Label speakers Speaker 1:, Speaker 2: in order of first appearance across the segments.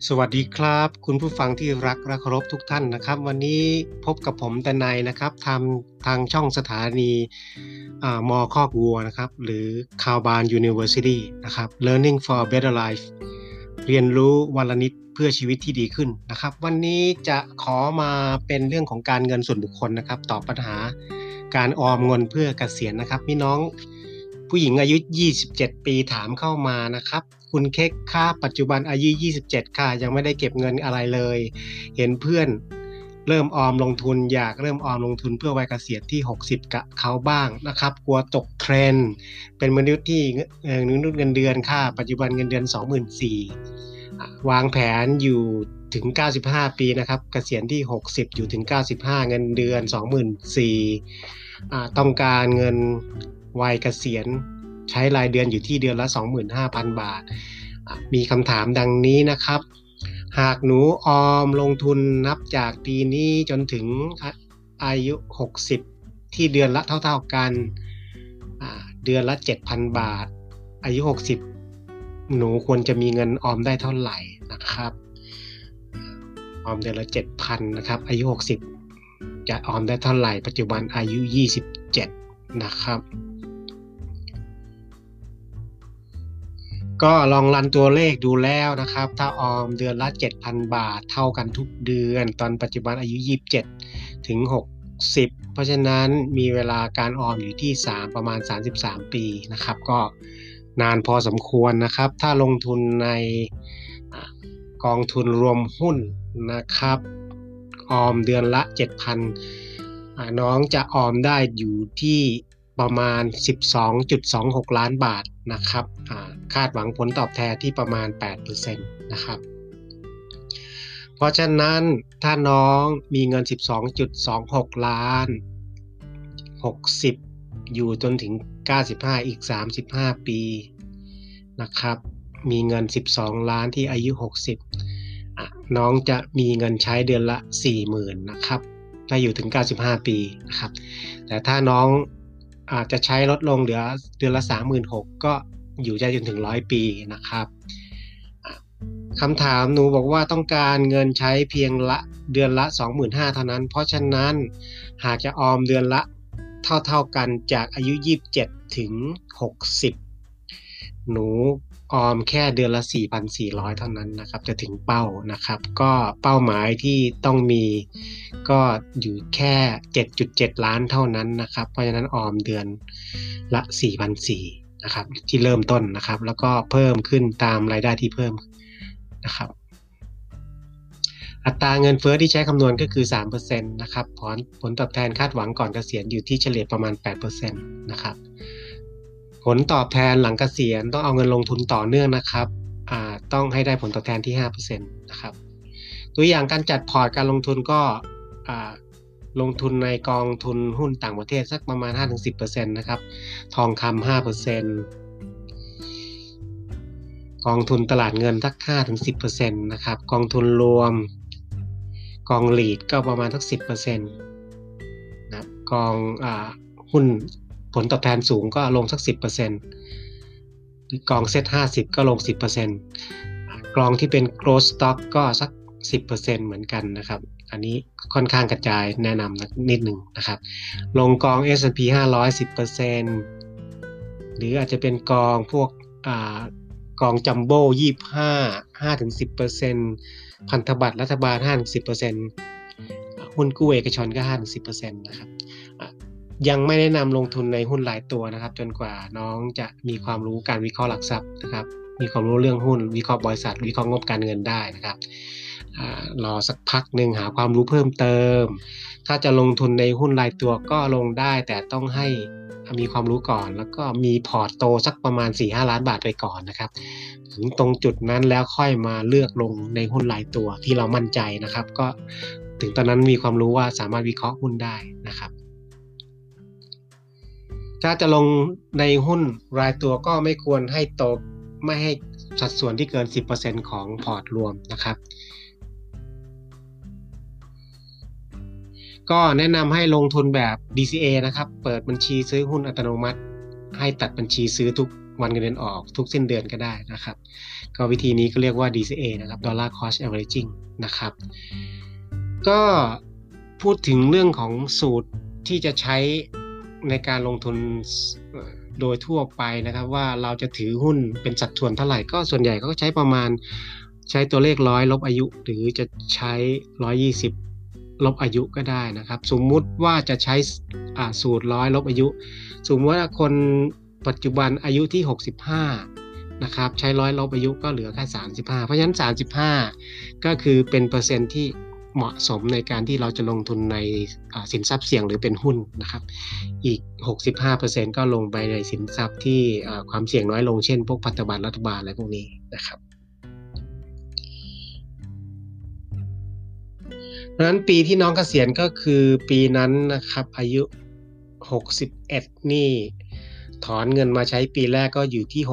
Speaker 1: สวัสดีครับคุณผู้ฟังที่รักและเคารพทุกท่านนะครับวันนี้พบกับผมแต่นายนะครับทางช่องสถานีมอคอกวัวนะครับหรือคาวบาน University นะครับ Learning for a Better Life เรียนรู้วันละนิดเพื่อชีวิตที่ดีขึ้นนะครับวันนี้จะขอมาเป็นเรื่องของการเงินส่วนบุคคลนะครับตอบปัญหาการออมเงินเพื่อเกษียณนะครับพี่น้องผู้หญิงอายุ27 ปีถามเข้ามานะครับคุณเค้กค่าปัจจุบันอายุ27ค่ะยังไม่ได้เก็บเงินอะไรเลยเห็นเพื่อนเริ่มออมลงทุนอยากเริ่มออมลงทุนเพื่อวัยเกษียณที่60กับเขาบ้างนะครับกลัวตกเทรนด์เป็นมนุษย์ที่มนุษย์เงินเดือนค่ะปัจจุบันเงินเดือน 24,000วางแผนอยู่ถึง95ปีนะครับเกษียณที่60อยู่ถึง95เงินเดือน 24,000ต้องการเงินวัยเกษียณใช้รายเดือนอยู่ที่เดือนละ 25,000 บาทมีคำถามดังนี้นะครับหากหนูออมลงทุนนับจากปีนี้จนถึงอายุ60ที่เดือนละเท่าๆกันเดือนละ 7,000 บาทอายุ60หนูควรจะมีเงินออมได้เท่าไหร่นะครับออมเดือนละ 7,000 นะครับอายุ60จะออมได้เท่าไหร่ปัจจุบันอายุ27นะครับก็ลองรันตัวเลขดูแล้วนะครับถ้าออมเดือนละ 7,000 บาทเท่ากันทุกเดือนตอนปัจจุบันอายุ27ถึง60เพราะฉะนั้นมีเวลาการออมอยู่ที่ประมาณ33ปีนะครับก็นานพอสมควรนะครับถ้าลงทุนในกองทุนรวมหุ้นนะครับออมเดือนละ 7,000 น้องจะออมได้อยู่ที่ประมาณ 12.26 ล้านบาทนะครับคาดหวังผลตอบแทนที่ประมาณ 8% นะครับเพราะฉะนั้นถ้าน้องมีเงิน 12.26 ล้าน60อยู่จนถึง95อีก35ปีนะครับมีเงิน12ล้านที่อายุ60น้องจะมีเงินใช้เดือนละ 40,000 นะครับถ้าอยู่ถึง95ปีนะครับแต่ถ้าน้องอาจจะใช้ลดลงเหลือเดือนละ 36,000 ก็อยู่ได้จนถึง100ปีนะครับคำถามหนูบอกว่าต้องการเงินใช้เพียงเดือนละ 25,000 เท่านั้นเพราะฉะนั้นหากจะออมเดือนละเท่ากันจากอายุ27ถึง60หนูออมแค่เดือนละ 4,400 เท่านั้นนะครับจะถึงเป้านะครับก็เป้าหมายที่ต้องมีก็อยู่แค่ 7.7 ล้านเท่านั้นนะครับเพราะฉะนั้นออมเดือนละ 4,400 นะครับที่เริ่มต้นนะครับแล้วก็เพิ่มขึ้นตามรายได้ที่เพิ่มนะครับอัตราเงินเฟ้อที่ใช้คำนวณก็คือ 3% นะครับผลตอบแทนคาดหวังก่อนเกษียณอยู่ที่เฉลี่ยประมาณ 8% นะครับผลตอบแทนหลังเกษียณต้องเอาเงินลงทุนต่อเนื่องนะครับต้องให้ได้ผลตอบแทนที่ 5% นะครับตัวอย่างการจัดพอร์ตการลงทุนก็ลงทุนในกองทุนหุ้นต่างประเทศสักประมาณ 5-10% นะครับทองคำ 5%กองทุนตลาดเงินสัก 5-10% นะครับกองทุนรวมกองหลีดก็ประมาณสัก 10% นะครับกองหุ้นผลตอบแทนสูงก็ลงสัก 10% หรือกองเซ็ต50ก็ลง 10% กองที่เป็น growth stock ก็สัก 10% เหมือนกันนะครับอันนี้ค่อนข้างกระจายแนะนำนิดหนึ่งนะครับลงกอง S&P 500 10% หรืออาจจะเป็นกองพวกกองจัมโบ้5-10% พันธบัตรรัฐบาล 5-10% หุ้นกู้เอกชนก็ 5-10% นะครับยังไม่แนะนำลงทุนในหุ้นหลายตัวนะครับจนกว่าน้องจะมีความรู้การวิเคราะห์หลักทรัพย์นะครับมีความรู้เรื่องหุ้นวิเคราะห์บริษัทวิเคราะห์งบการเงินได้นะครับรอสักพักหนึ่งหาความรู้เพิ่มเติมถ้าจะลงทุนในหุ้นรายตัวก็ลงได้แต่ต้องให้มีความรู้ก่อนแล้วก็มีพอร์ตโตสักประมาณ 4-5 ล้านบาทไปก่อนนะครับถึงตรงจุดนั้นแล้วค่อยมาเลือกลงในหุ้นรายตัวที่เรามั่นใจนะครับก็ถึงตอนนั้นมีความรู้ว่าสามารถวิเคราะห์หุ้นได้นะครับถ้าจะลงในหุ้นรายตัวก็ไม่ควรให้โตไม่ให้สัดส่วนที่เกิน 10% ของพอร์ตรวมนะครับก็แนะนำให้ลงทุนแบบ DCA นะครับเปิดบัญชีซื้อหุ้นอัตโนมัติให้ตัดบัญชีซื้อวันเงินเดือนออกทุกสิ้นเดือนก็ได้นะครับก็วิธีนี้ก็เรียกว่า DCA นะครับ Dollar Cost Averaging นะครับก็พูดถึงเรื่องของสูตรที่จะใช้ในการลงทุนโดยทั่วไปนะครับว่าเราจะถือหุ้นเป็นสัดส่วนเท่าไหร่ก็ส่วนใหญ่ก็ใช้ประมาณใช้ตัวเลข100ลบอายุหรือจะใช้120ลบอายุก็ได้นะครับสมมุติว่าจะใช้สูตร100ลบอายุสมมติว่าคนปัจจุบันอายุที่65นะครับใช้100ลบอายุก็เหลือแค่35เพราะฉะนั้น35ก็คือเป็นเปอร์เซ็นต์ที่เหมาะสมในการที่เราจะลงทุนในสินทรัพย์เสี่ยงหรือเป็นหุ้นนะครับอีก 65% ก็ลงไปในสินทรัพย์ที่ความเสี่ยงน้อยลงเช่นพวกพันธบัตรรัฐบาลอะไรพวกนี้นะครับเพราะฉะนั้นปีที่น้องเกษียณก็คือปีนั้นนะครับอายุ61นี่ถอนเงินมาใช้ปีแรกก็อยู่ที่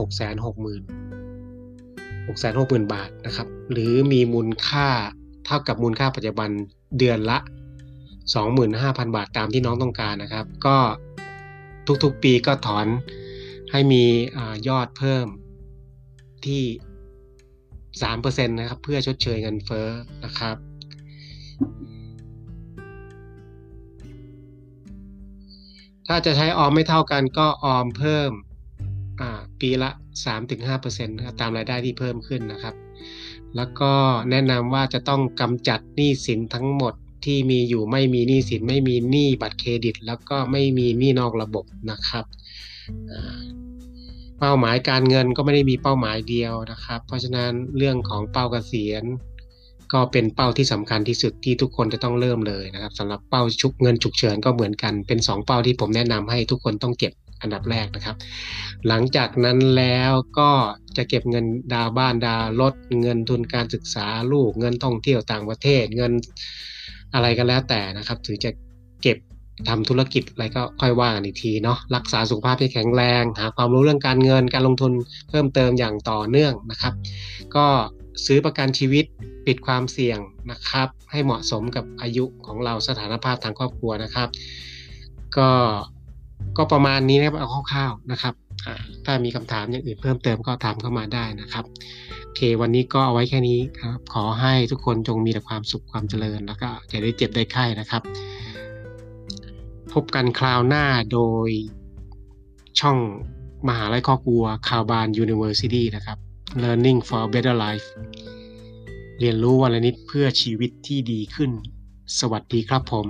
Speaker 1: 660,000 บาทนะครับหรือมีมูลค่าเท่ากับมูลค่าปัจจุบันเดือนละ 25,000 บาทตามที่น้องต้องการนะครับก็ทุกๆปีก็ถอนให้มียอดเพิ่มที่ 3% นะครับเพื่อชดเชยเงินเฟ้อนะครับถ้าจะใช้ออมไม่เท่ากันก็ออมเพิ่มปีละ 3-5% นะครับตามรายได้ที่เพิ่มขึ้นนะครับแล้วก็แนะนำว่าจะต้องกำจัดหนี้สินทั้งหมดที่มีอยู่ไม่มีหนี้สินไม่มีหนี้บัตรเครดิตแล้วก็ไม่มีหนี้นอกระบบนะครับเป้าหมายการเงินก็ไม่ได้มีเป้าหมายเดียวนะครับเพราะฉะนั้นเรื่องของเป้าเกษียณก็เป็นเป้าที่สำคัญที่สุดที่ทุกคนจะต้องเริ่มเลยนะครับสำหรับเป้าเงินฉุกเฉินก็เหมือนกันเป็น2เป้าที่ผมแนะนำให้ทุกคนต้องเก็บอันดับแรกนะครับหลังจากนั้นแล้วก็จะเก็บเงินดาวบ้านดาวรถเงินทุนการศึกษาลูกเงินท่องเที่ยวต่างประเทศเงินอะไรก็แล้วแต่นะครับถือจะเก็บทำธุรกิจอะไรก็ค่อยว่ากันอีกทีเนาะรักษาสุขภาพให้แข็งแรงหาความรู้เรื่องการเงินการลงทุนเพิ่มเติมอย่างต่อเนื่องนะครับก็ซื้อประกันชีวิตปิดความเสี่ยงนะครับให้เหมาะสมกับอายุของเราสถานภาพทางครอบครัวนะครับก็ประมาณนี้นะครับเอาคร่าวๆนะครับถ้ามีคำถามอย่างอื่นเพิ่มเติมก็ถามเข้ามาได้นะครับโอเควันนี้ก็เอาไว้แค่นี้ครับขอให้ทุกคนจงมีแต่ความสุขความเจริญแล้วก็อย่าได้เจ็บได้ไข้นะครับพบกันคราวหน้าโดยช่องมหาลัยครอบครัวคาวบาน University นะครับ Learning for a Better Life เรียนรู้วันละนิดเพื่อชีวิตที่ดีขึ้นสวัสดีครับผม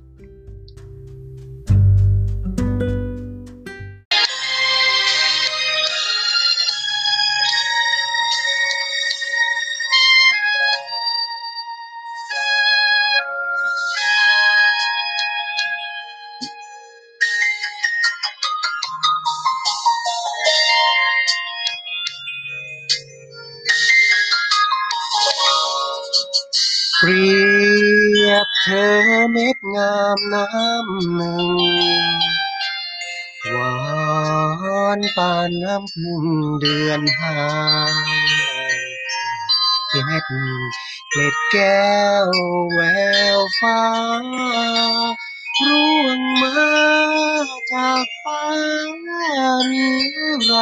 Speaker 1: เปรียบเธอเม็ดงามน้ำหนึ่งหวานปานน้ำพึ่งเดือนห้าเพชรเกล็ดแก้วแววฟ้าร่วงมาจากฟ้าไร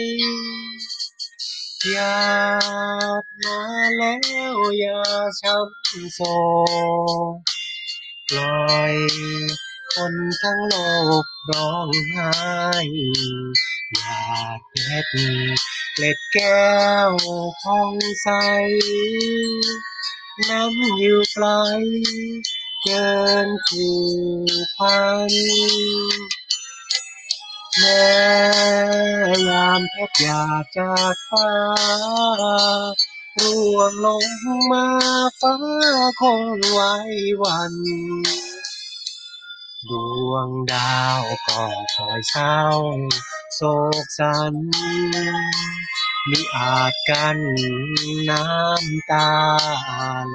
Speaker 1: หยาดมาแล้วอย่าช้ำโศกปล่อยคนทั้งโลกร้องไห้หยาดเพชรเกล็ดแก้วผ่องใสนั้นอยู่ไกลเกินผูกพันแม้ยามเพชรหยาดจากฟ้าร่วงลงมาฟ้าคงไว้วันดวงดาวก็คอยเศร้าโศกสันมิอาจกันน้ำตาไหล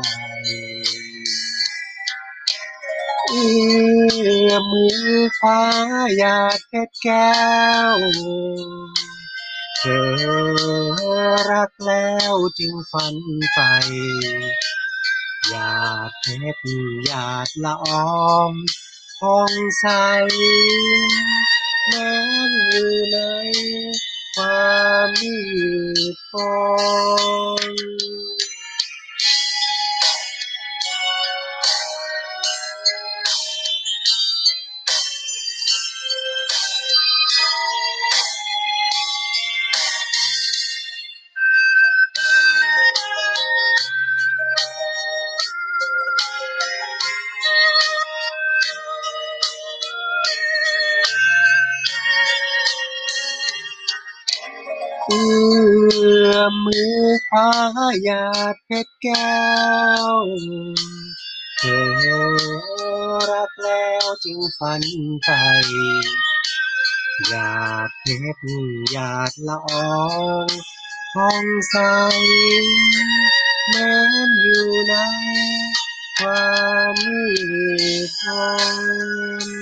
Speaker 1: เอื้อมมือคว้าหยาดเพชรแก้วเธอรักแล้วจึงฝันใฝ่หยาดเพชรหยาดละอองผ่องใสแม้อยู่ไหนความมืดมน เอื้อมมือคว้าหยาดเพชรแก้วเธอรักแล้วจึงฝันไปหยาดเพชรหยาดละอองผ่องใสแม้นอยู่ในความมืดมน